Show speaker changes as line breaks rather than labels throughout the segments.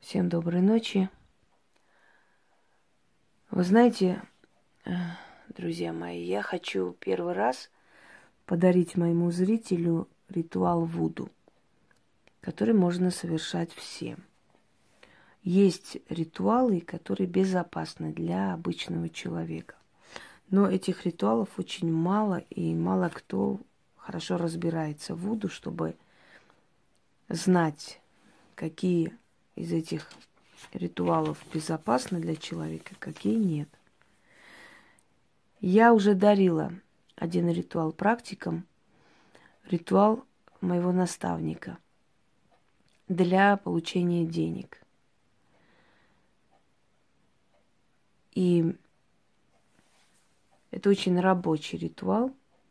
Всем доброй ночи. Вы знаете, друзья мои, я хочу первый раз подарить моему зрителю ритуал Вуду, который можно совершать всем. Есть ритуалы, которые безопасны для обычного человека. Но этих ритуалов очень мало, и мало кто хорошо разбирается в Вуду, чтобы знать, какие из этих ритуалов безопасны для человека, какие нет. Я уже дарила один ритуал практикам, ритуал моего наставника для получения денег. И это очень рабочий ритуал.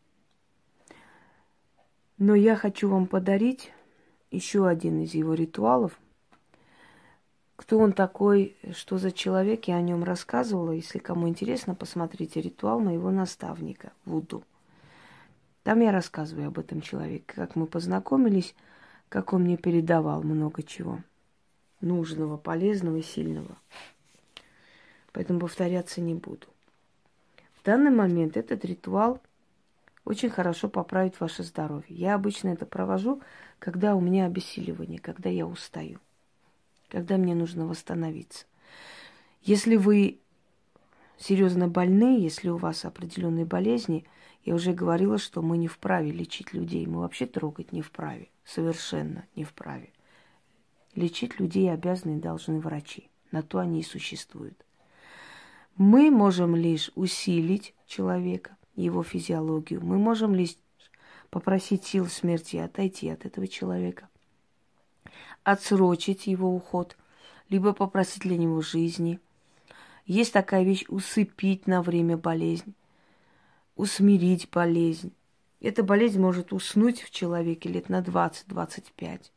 Но я хочу вам подарить еще один из его ритуалов. Кто он такой, что за человек, я о нем рассказывала. Если кому интересно, посмотрите ритуал моего наставника Вуду. Там я рассказываю об этом человеке, как мы познакомились, как он мне передавал много чего нужного, полезного и сильного. Поэтому повторяться не буду. В данный момент этот ритуал очень хорошо поправит ваше здоровье. Я обычно это провожу, когда у меня обессиливание, когда я устаю, когда мне нужно восстановиться. Если вы серьезно больны, если у вас определенные болезни, я уже говорила, что мы не вправе лечить людей. Мы вообще трогать не вправе. Совершенно не вправе. Лечить людей обязаны и должны врачи. На то они и существуют. Мы можем лишь усилить человека, его физиологию. Мы можем лишь попросить сил смерти отойти от этого человека, отсрочить его уход, либо попросить для него жизни. Есть такая вещь — усыпить на время болезнь, усмирить болезнь. Эта болезнь может уснуть в человеке лет на 20-25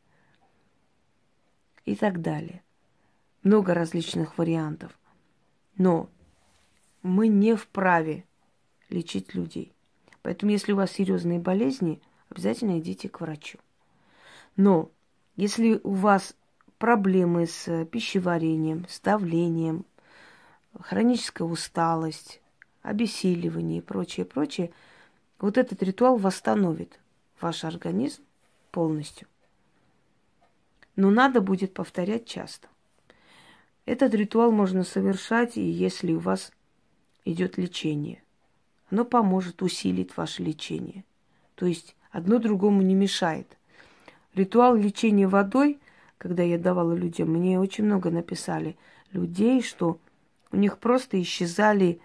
и так далее. Много различных вариантов. Но мы не вправе лечить людей. Поэтому, если у вас серьезные болезни, обязательно идите к врачу. Но если у вас проблемы с пищеварением, с давлением, хроническая усталость, обессиливание и прочее, прочее, вот этот ритуал восстановит ваш организм полностью. Но надо будет повторять часто. Этот ритуал можно совершать, и если у вас идет лечение. Оно поможет, усилить ваше лечение. То есть одно другому не мешает. Ритуал лечения водой, когда я давала людям, мне очень много написали людей, что у них просто исчезала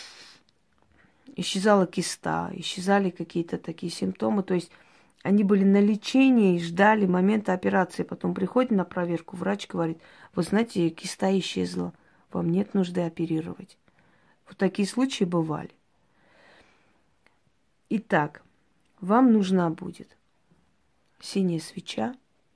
киста, исчезали какие-то такие симптомы. То есть они были на лечении и ждали момента операции. Потом приходят на проверку, врач говорит: вы знаете, киста исчезла, вам нет нужды оперировать. Вот такие случаи бывали. Итак, вам нужна будет синяя свеча.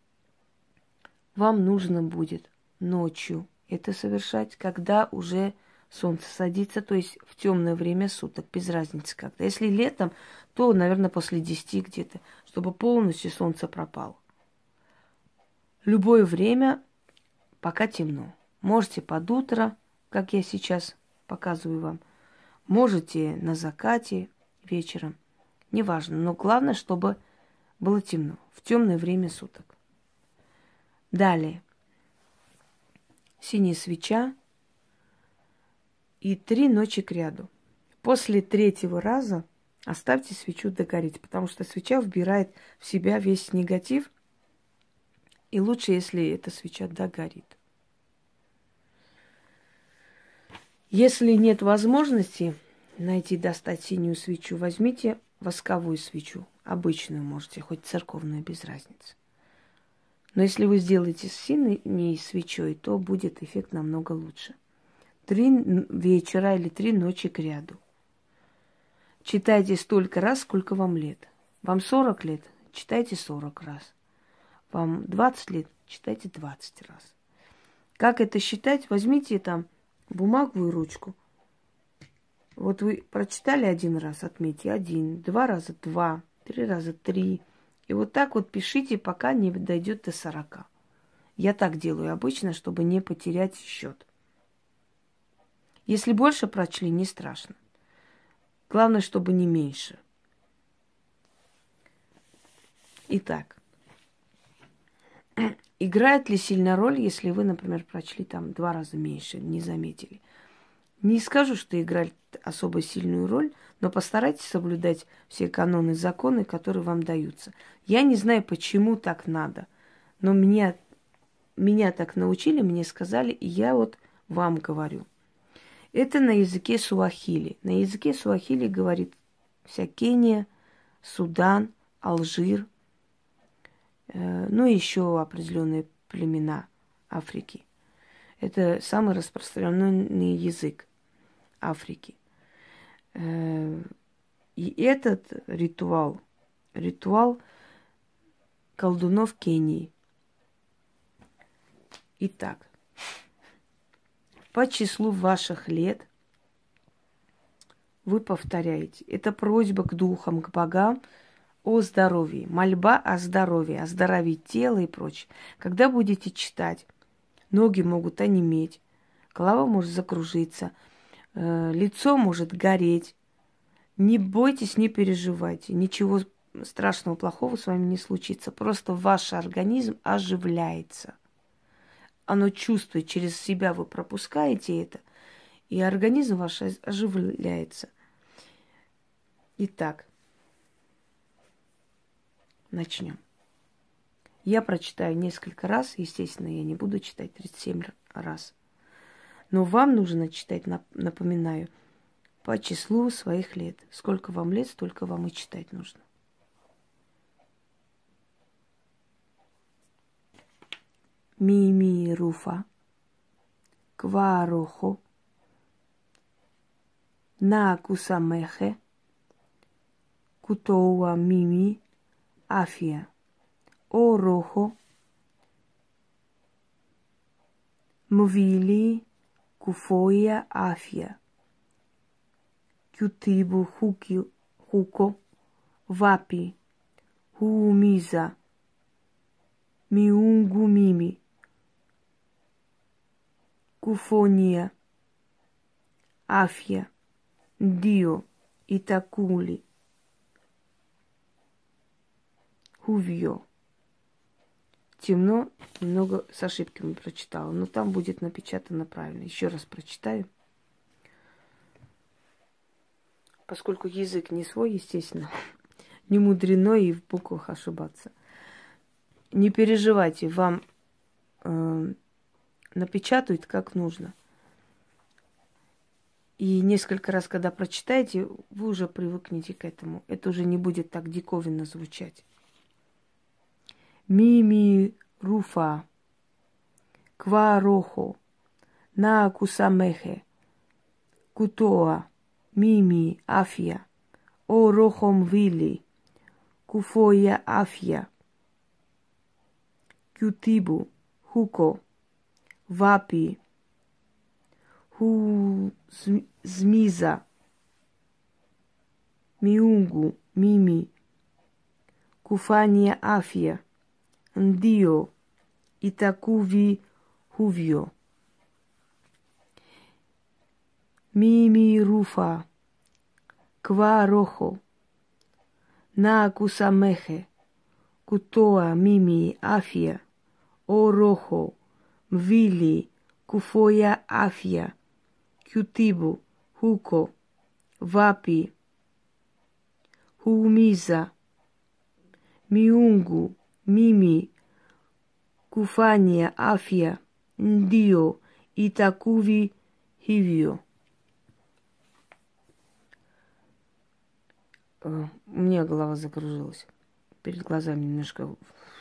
Вам нужно будет ночью это совершать, когда уже солнце садится, то есть в темное время суток, без разницы когда. Если летом, то, наверное, после 10 где-то, чтобы полностью солнце пропало. Любое время, пока темно. Можете под утро, как я сейчас показываю вам. Можете на закате, вечером. Неважно, но главное, чтобы было темно, в темное время суток. Далее. Синяя свеча и 3 ночи кряду. После 3-го раза оставьте свечу догореть, потому что свеча вбирает в себя весь негатив, и лучше, если эта свеча догорит. Если нет возможности найти, достать синюю свечу, возьмите восковую свечу. Обычную можете, хоть церковную, без разницы. Но если вы сделаете с синей свечой, то будет эффект намного лучше. 3 вечера или 3 ночи кряду. Читайте столько раз, сколько вам лет. Вам 40 лет, читайте 40 раз. Вам 20 лет, читайте 20 раз. Как это считать? Возьмите там бумагу и ручку. Вот вы прочитали 1 раз, отметьте 1, 2 раза 2, 3 раза 3. И вот так вот пишите, пока не дойдет до 40. Я так делаю обычно, чтобы не потерять счет. Если больше прочли, не страшно. Главное, чтобы не меньше. Итак, играет ли сильно роль, если вы, например, прочли там 2 раза меньше, не заметили? Не скажу, что играет особо сильную роль, но постарайтесь соблюдать все каноны, законы, которые вам даются. Я не знаю, почему так надо, но меня так научили, мне сказали, и я вот вам говорю. Это на языке суахили. На языке суахили говорит вся Кения, Судан, Алжир, ну и еще определенные племена Африки. Это самый распространенный язык Африки. И этот ритуал колдунов Кении. Итак, по числу ваших лет вы повторяете. Это просьба к духам, к богам о здоровье, мольба о здоровье, оздоровить тело и прочее. Когда будете читать, ноги могут онеметь, голова может закружиться, лицо может гореть. Не бойтесь, не переживайте. Ничего страшного, плохого с вами не случится. Просто ваш организм оживляется. Оно чувствует, через себя вы пропускаете это, и организм ваш оживляется. Итак, начнем. Я прочитаю несколько раз, естественно, я не буду читать 37 раз. Но вам нужно читать, напоминаю, по числу своих лет. Сколько вам лет, столько вам и читать нужно. Мими руфа, кварохо, на кусамехе, кутоуа мими, афия, орохо, мвили, куфоя, афия, кютибу, хуко, вапи, хуумиза, миунгу мими, куфония, афия, дио, итакули, хувьё. Темно, немного с ошибками прочитала, но там будет напечатано правильно. Еще раз прочитаю. Поскольку язык не свой, естественно, не мудрено и в буквах ошибаться. Не переживайте, вам напечатают как нужно. И несколько раз, когда прочитаете, вы уже привыкнете к этому. Это уже не будет так диковинно звучать. Мими руфа, кварохо, на кусамехе, кутоа, мими афия, о рохом вили, куфоя афия, кютибу, хуко, вапи, ху змиза, миунгу, мими, куфания афия, ндио, итакуви, хувьё. Мими руфа, кварохо, на кусамехе, кутоа, мими, афия, о рохо, мвили, куфоя, афия, кютибу, хуко, вапи, хуумиза, миунгу, мими, куфания, афия, ндио, итакуви, хивио. У меня голова закружилась. Перед глазами немножко...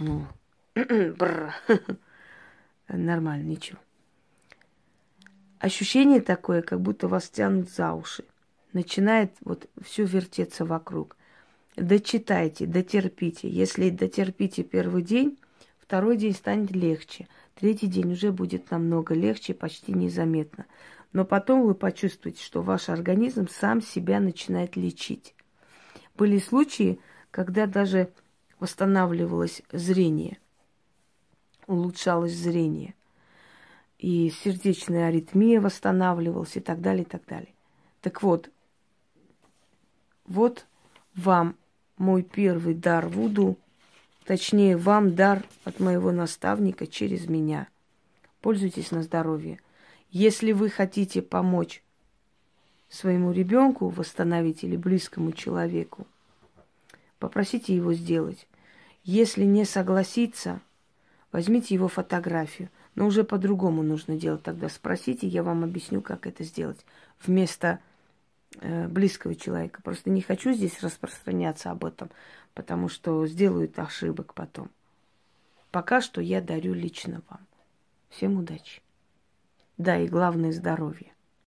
Нормально, ничего. Ощущение такое, как будто вас тянут за уши. Начинает вот все вертеться вокруг. Дочитайте, дотерпите. Если дотерпите первый день, второй день станет легче. Третий день уже будет намного легче, почти незаметно. Но потом вы почувствуете, что ваш организм сам себя начинает лечить. Были случаи, когда даже восстанавливалось зрение. улучшалось зрение, и сердечная аритмия восстанавливалась, и так далее, и так далее. Так вот, вот вам мой первый дар вуду, точнее, вам дар от моего наставника через меня. Пользуйтесь на здоровье. Если вы хотите помочь своему ребенку восстановить или близкому человеку, попросите его сделать. Если не согласится, возьмите его фотографию. Но уже по-другому нужно делать. Тогда спросите, я вам объясню, как это сделать. Вместо близкого человека. Просто не хочу здесь распространяться об этом, потому что сделают ошибок потом. Пока что я дарю лично вам. Всем удачи. Да, и главное здоровье.